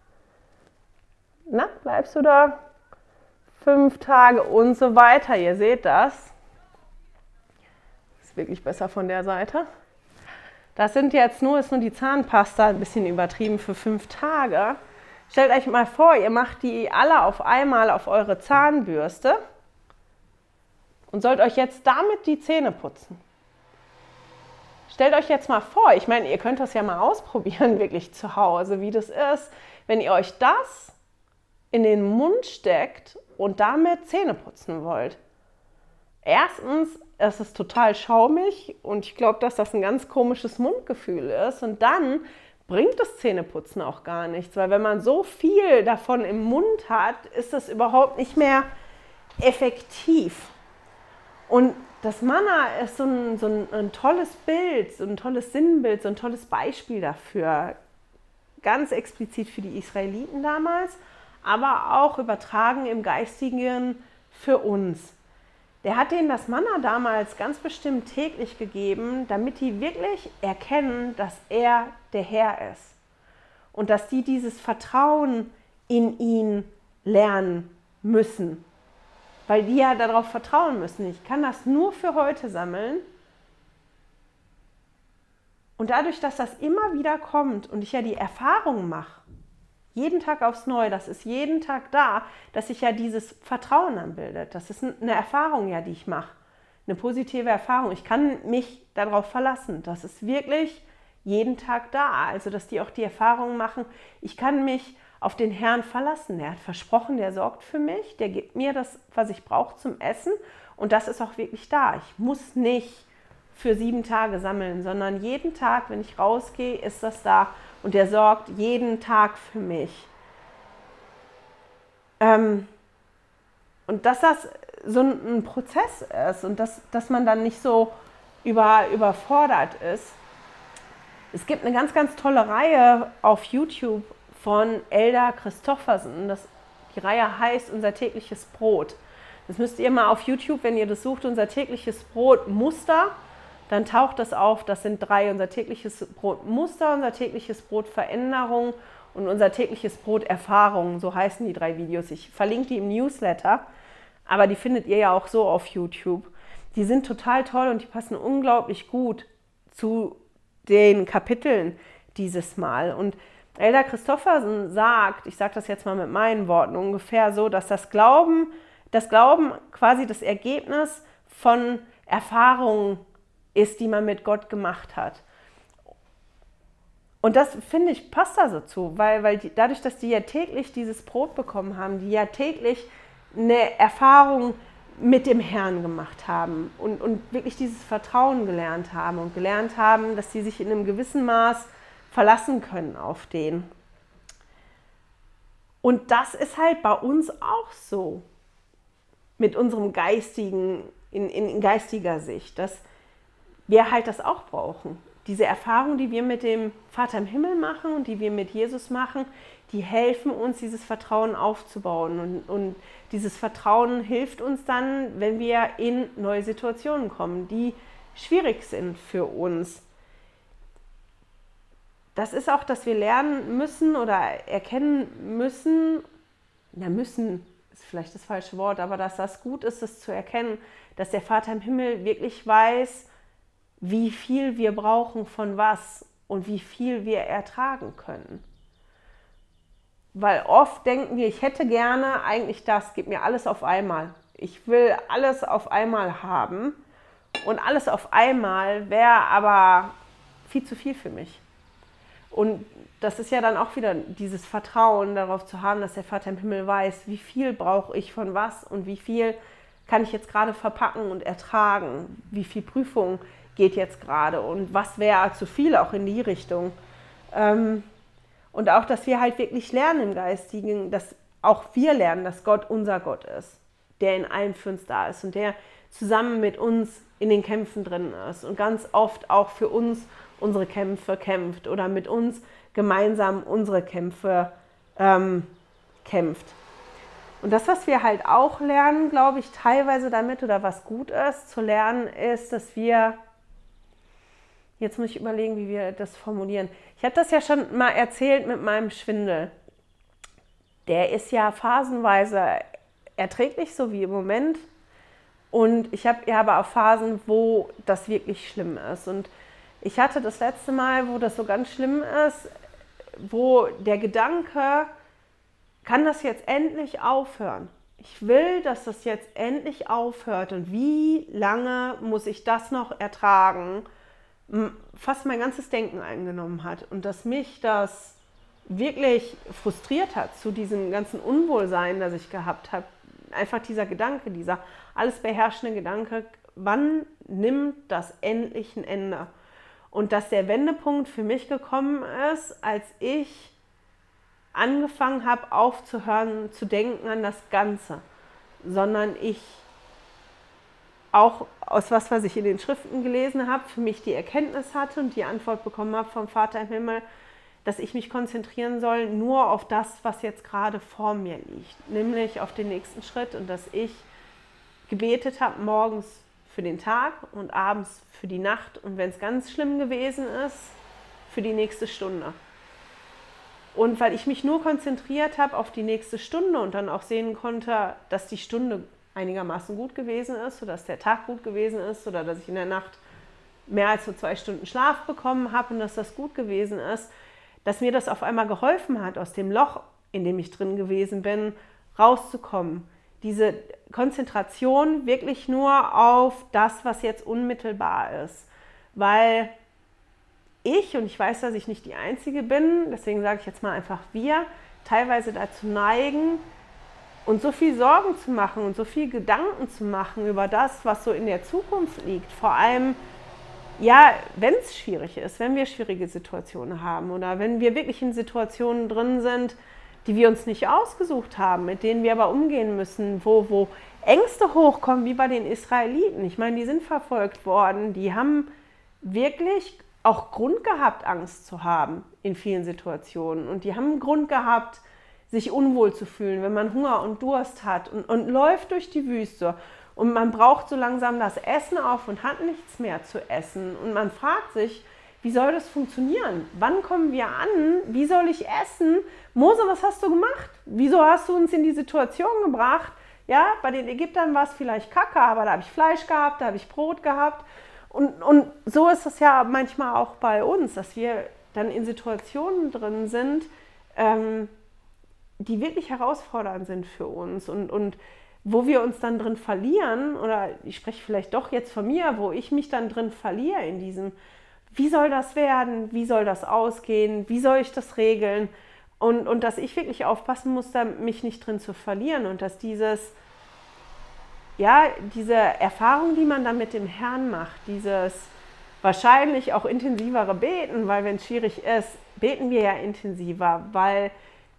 Na, bleibst du da? Fünf Tage und so weiter. Ihr seht das. Ist wirklich besser von der Seite. Das sind jetzt nur, ist nur die Zahnpasta, ein bisschen übertrieben für fünf Tage. Stellt euch mal vor, ihr macht die alle auf einmal auf eure Zahnbürste und sollt euch jetzt damit die Zähne putzen. Stellt euch jetzt mal vor, ich meine, ihr könnt das ja mal ausprobieren, wirklich zu Hause, wie das ist, wenn ihr euch das in den Mund steckt und damit Zähne putzen wollt. Erstens, es ist total schaumig und ich glaube, dass das ein ganz komisches Mundgefühl ist. Und dann bringt das Zähneputzen auch gar nichts, weil wenn man so viel davon im Mund hat, ist das überhaupt nicht mehr effektiv. Und das Manna ist so ein, so ein, ein tolles Bild, so ein tolles Sinnbild, so ein tolles Beispiel dafür. Ganz explizit für die Israeliten damals, aber auch übertragen im Geistigen für uns. Der hat denen das Manna damals ganz bestimmt täglich gegeben, damit die wirklich erkennen, dass er der Herr ist. Und dass die dieses Vertrauen in ihn lernen müssen. Weil die ja darauf vertrauen müssen. Ich kann das nur für heute sammeln. Und dadurch, dass das immer wieder kommt und ich ja die Erfahrung mache, jeden Tag aufs Neue, das ist jeden Tag da, dass sich ja dieses Vertrauen dann bildet. Das ist eine Erfahrung ja, die ich mache. Eine positive Erfahrung. Ich kann mich darauf verlassen. Das ist wirklich jeden Tag da. Also, dass die auch die Erfahrung machen, ich kann mich auf den Herrn verlassen. Der hat versprochen, der sorgt für mich, der gibt mir das, was ich brauche zum Essen. Und das ist auch wirklich da. Ich muss nicht für sieben Tage sammeln, sondern jeden Tag, wenn ich rausgehe, ist das da. Und der sorgt jeden Tag für mich. Ähm, und dass das so ein, ein Prozess ist und dass, dass man dann nicht so über, überfordert ist. Es gibt eine ganz, ganz tolle Reihe auf YouTube von Elda Christoffersen. Das, die Reihe heißt Unser tägliches Brot. Das müsst ihr mal auf YouTube, wenn ihr das sucht, Unser tägliches Brot Muster, dann taucht das auf. Das sind drei: Unser tägliches Brot Muster, Unser tägliches Brot Veränderung und Unser tägliches Brot Erfahrung. So heißen die drei Videos. Ich verlinke die im Newsletter, aber die findet ihr ja auch so auf YouTube. Die sind total toll und die passen unglaublich gut zu den Kapiteln dieses Mal. Und Elda Christoffersen sagt, ich sage das jetzt mal mit meinen Worten, ungefähr so, dass das Glauben, das Glauben quasi das Ergebnis von Erfahrungen ist, die man mit Gott gemacht hat. Und das, finde ich, passt da so zu, weil, weil die, dadurch, dass die ja täglich dieses Brot bekommen haben, die ja täglich eine Erfahrung mit dem Herrn gemacht haben und, und wirklich dieses Vertrauen gelernt haben und gelernt haben, dass sie sich in einem gewissen Maß verlassen können auf den. Und das ist halt bei uns auch so, mit unserem geistigen, in, in, in geistiger Sicht, dass wir halt das auch brauchen. Diese Erfahrung, die wir mit dem Vater im Himmel machen und die wir mit Jesus machen, die helfen uns, dieses Vertrauen aufzubauen. Und, und dieses Vertrauen hilft uns dann, wenn wir in neue Situationen kommen, die schwierig sind für uns. Das ist auch, dass wir lernen müssen oder erkennen müssen, ja müssen ist vielleicht das falsche Wort, aber dass das gut ist, das zu erkennen, dass der Vater im Himmel wirklich weiß, wie viel wir brauchen von was und wie viel wir ertragen können. Weil oft denken wir, ich hätte gerne eigentlich das, gib mir alles auf einmal. Ich will alles auf einmal haben und alles auf einmal wäre aber viel zu viel für mich. Und das ist ja dann auch wieder dieses Vertrauen darauf zu haben, dass der Vater im Himmel weiß, wie viel brauche ich von was und wie viel kann ich jetzt gerade verpacken und ertragen, wie viel Prüfung geht jetzt gerade und was wäre zu viel auch in die Richtung. Ähm, und auch, dass wir halt wirklich lernen im Geistigen, dass auch wir lernen, dass Gott unser Gott ist, der in allem für uns da ist und der zusammen mit uns in den Kämpfen drin ist und ganz oft auch für uns unsere Kämpfe kämpft oder mit uns gemeinsam unsere Kämpfe ähm, kämpft. Und das, was wir halt auch lernen, glaube ich, teilweise damit oder was gut ist, zu lernen, ist, dass wir, jetzt muss ich überlegen, wie wir das formulieren. Ich habe das ja schon mal erzählt mit meinem Schwindel. Der ist ja phasenweise erträglich, so wie im Moment. Und ich habe ja aber auch Phasen, wo das wirklich schlimm ist. Und ich hatte das letzte Mal, wo das so ganz schlimm ist, wo der Gedanke, kann das jetzt endlich aufhören? Ich will, dass das jetzt endlich aufhört. Und wie lange muss ich das noch ertragen? Fast mein ganzes Denken eingenommen hat. Und dass mich das wirklich frustriert hat zu diesem ganzen Unwohlsein, das ich gehabt habe. Einfach dieser Gedanke, dieser alles beherrschende Gedanke, wann nimmt das endlich ein Ende? Und dass der Wendepunkt für mich gekommen ist, als ich angefangen habe, aufzuhören, zu denken an das Ganze, sondern ich auch aus was, was ich in den Schriften gelesen habe, für mich die Erkenntnis hatte und die Antwort bekommen habe vom Vater im Himmel, dass ich mich konzentrieren soll nur auf das, was jetzt gerade vor mir liegt, nämlich auf den nächsten Schritt und dass ich gebetet habe morgens für den Tag und abends für die Nacht und wenn es ganz schlimm gewesen ist, für die nächste Stunde. Und weil ich mich nur konzentriert habe auf die nächste Stunde und dann auch sehen konnte, dass die Stunde einigermaßen gut gewesen ist oder dass der Tag gut gewesen ist oder dass ich in der Nacht mehr als nur zwei Stunden Schlaf bekommen habe und dass das gut gewesen ist, dass mir das auf einmal geholfen hat, aus dem Loch, in dem ich drin gewesen bin, rauszukommen. Diese Konzentration wirklich nur auf das, was jetzt unmittelbar ist. Weil ich, und ich weiß, dass ich nicht die Einzige bin, deswegen sage ich jetzt mal einfach wir, teilweise dazu neigen, uns so viel Sorgen zu machen und so viel Gedanken zu machen über das, was so in der Zukunft liegt. Vor allem, ja, wenn es schwierig ist, wenn wir schwierige Situationen haben oder wenn wir wirklich in Situationen drin sind, die wir uns nicht ausgesucht haben, mit denen wir aber umgehen müssen, wo, wo Ängste hochkommen, wie bei den Israeliten. Ich meine, die sind verfolgt worden, die haben wirklich auch Grund gehabt, Angst zu haben in vielen Situationen. Und die haben Grund gehabt, sich unwohl zu fühlen, wenn man Hunger und Durst hat und, und läuft durch die Wüste. Und man braucht so langsam das Essen auf und hat nichts mehr zu essen. Und man fragt sich, wie soll das funktionieren? Wann kommen wir an? Wie soll ich essen? Mose, was hast du gemacht? Wieso hast du uns in die Situation gebracht? Ja, bei den Ägyptern war es vielleicht Kacke, aber da habe ich Fleisch gehabt, da habe ich Brot gehabt. Und, und so ist es ja manchmal auch bei uns, dass wir dann in Situationen drin sind, ähm, die wirklich herausfordernd sind für uns und, und wo wir uns dann drin verlieren, oder ich spreche vielleicht doch jetzt von mir, wo ich mich dann drin verliere in diesem, wie soll das werden, wie soll das ausgehen, wie soll ich das regeln und, und dass ich wirklich aufpassen muss, da mich nicht drin zu verlieren und dass dieses, ja, diese Erfahrung, die man dann mit dem Herrn macht, dieses wahrscheinlich auch intensivere Beten, weil wenn es schwierig ist, beten wir ja intensiver, weil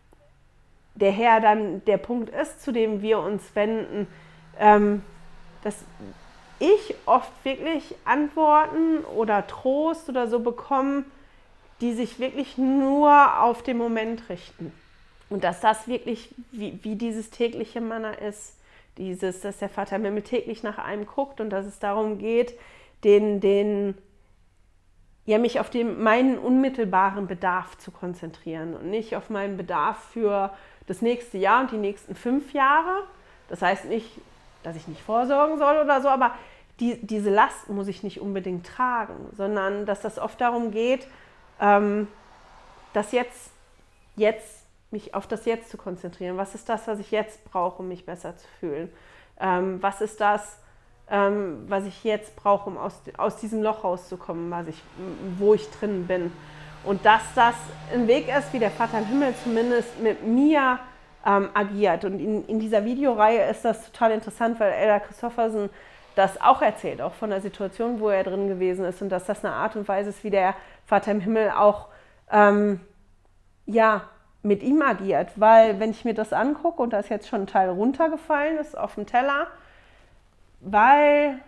der Herr dann der Punkt ist, zu dem wir uns wenden, ähm, dass ich oft wirklich Antworten oder Trost oder so bekomme, die sich wirklich nur auf den Moment richten. Und dass das wirklich wie, wie dieses tägliche Manna ist, dieses, dass der Vater im Himmel täglich nach einem guckt und dass es darum geht, den, den, ja, mich auf den, meinen unmittelbaren Bedarf zu konzentrieren und nicht auf meinen Bedarf für das nächste Jahr und die nächsten fünf Jahre. Das heißt nicht, dass ich nicht vorsorgen soll oder so, aber die, diese Last muss ich nicht unbedingt tragen, sondern dass das oft darum geht, ähm, dass jetzt, jetzt mich auf das Jetzt zu konzentrieren. Was ist das, was ich jetzt brauche, um mich besser zu fühlen? Ähm, was ist das, ähm, was ich jetzt brauche, um aus, aus diesem Loch rauszukommen, was ich, wo ich drin bin? Und dass das ein Weg ist, wie der Vater im Himmel zumindest mit mir ähm, agiert. Und in, in dieser Videoreihe ist das total interessant, weil Elder Christoffersen das auch erzählt, auch von der Situation, wo er drin gewesen ist, und dass das eine Art und Weise ist, wie der Vater im Himmel auch ähm, ja, mit ihm agiert. Weil wenn ich mir das angucke, und da ist jetzt schon ein Teil runtergefallen, ist auf dem Teller, weil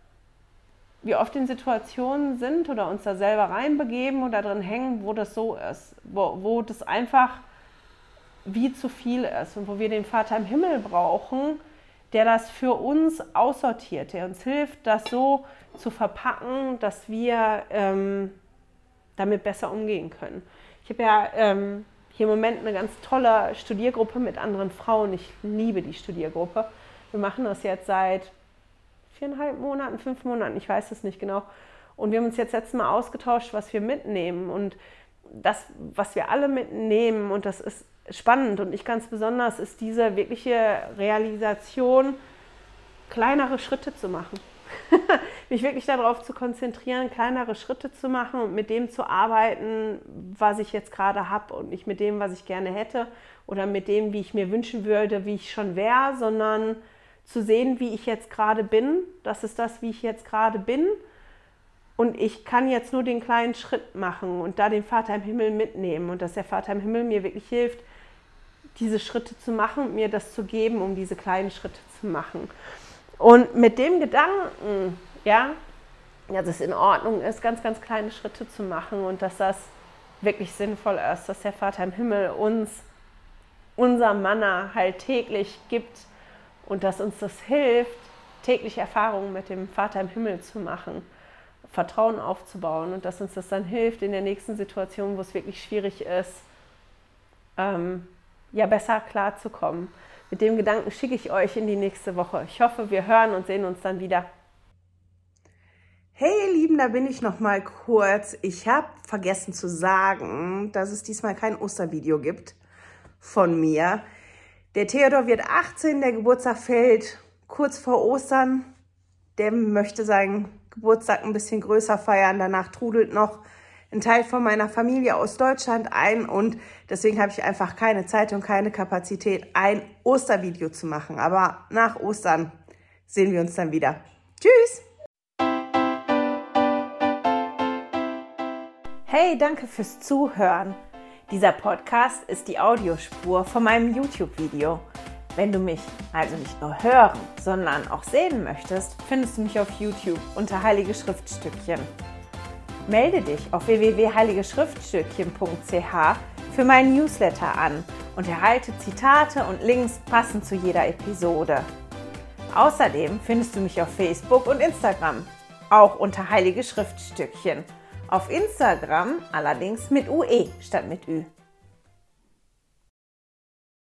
wir oft in Situationen sind oder uns da selber reinbegeben oder drin hängen, wo das so ist, wo, wo das einfach wie zu viel ist und wo wir den Vater im Himmel brauchen, der das für uns aussortiert, der uns hilft, das so zu verpacken, dass wir ähm, damit besser umgehen können. Ich habe ja ähm, hier im Moment eine ganz tolle Studiergruppe mit anderen Frauen. Ich liebe die Studiergruppe. Wir machen das jetzt seit viereinhalb Monaten, fünf Monaten, ich weiß es nicht genau. Und wir haben uns jetzt letztes Mal ausgetauscht, was wir mitnehmen. Und das, was wir alle mitnehmen, und das ist spannend und ich ganz besonders, ist diese wirkliche Realisation, kleinere Schritte zu machen. Mich wirklich darauf zu konzentrieren, kleinere Schritte zu machen und mit dem zu arbeiten, was ich jetzt gerade habe, und nicht mit dem, was ich gerne hätte oder mit dem, wie ich mir wünschen würde, wie ich schon wäre, sondern zu sehen, wie ich jetzt gerade bin. Das ist das, wie ich jetzt gerade bin. Und ich kann jetzt nur den kleinen Schritt machen und da den Vater im Himmel mitnehmen und dass der Vater im Himmel mir wirklich hilft, diese Schritte zu machen und mir das zu geben, um diese kleinen Schritte zu machen. Und mit dem Gedanken, ja, dass es in Ordnung ist, ganz, ganz kleine Schritte zu machen und dass das wirklich sinnvoll ist, dass der Vater im Himmel uns unser Manna halt täglich gibt und dass uns das hilft, täglich Erfahrungen mit dem Vater im Himmel zu machen, Vertrauen aufzubauen, und dass uns das dann hilft, in der nächsten Situation, wo es wirklich schwierig ist, ähm, ja, besser klarzukommen. Mit dem Gedanken schicke ich euch in die nächste Woche. Ich hoffe, wir hören und sehen uns dann wieder. Hey ihr Lieben, da bin ich noch mal kurz. Ich habe vergessen zu sagen, dass es diesmal kein Ostervideo gibt von mir. Der Theodor wird achtzehn, der Geburtstag fällt kurz vor Ostern. Der möchte seinen Geburtstag ein bisschen größer feiern. Danach trudelt noch ein Teil von meiner Familie aus Deutschland ein, und deswegen habe ich einfach keine Zeit und keine Kapazität, ein Ostervideo zu machen. Aber nach Ostern sehen wir uns dann wieder. Tschüss! Hey, danke fürs Zuhören. Dieser Podcast ist die Audiospur von meinem YouTube-Video. Wenn du mich also nicht nur hören, sondern auch sehen möchtest, findest du mich auf YouTube unter Heilige Schriftstückchen. Melde dich auf w w w punkt heilige schriftstückchen punkt c h für meinen Newsletter an und erhalte Zitate und Links passend zu jeder Episode. Außerdem findest du mich auf Facebook und Instagram, auch unter Heilige Schriftstückchen. Auf Instagram allerdings mit U E statt mit Ü.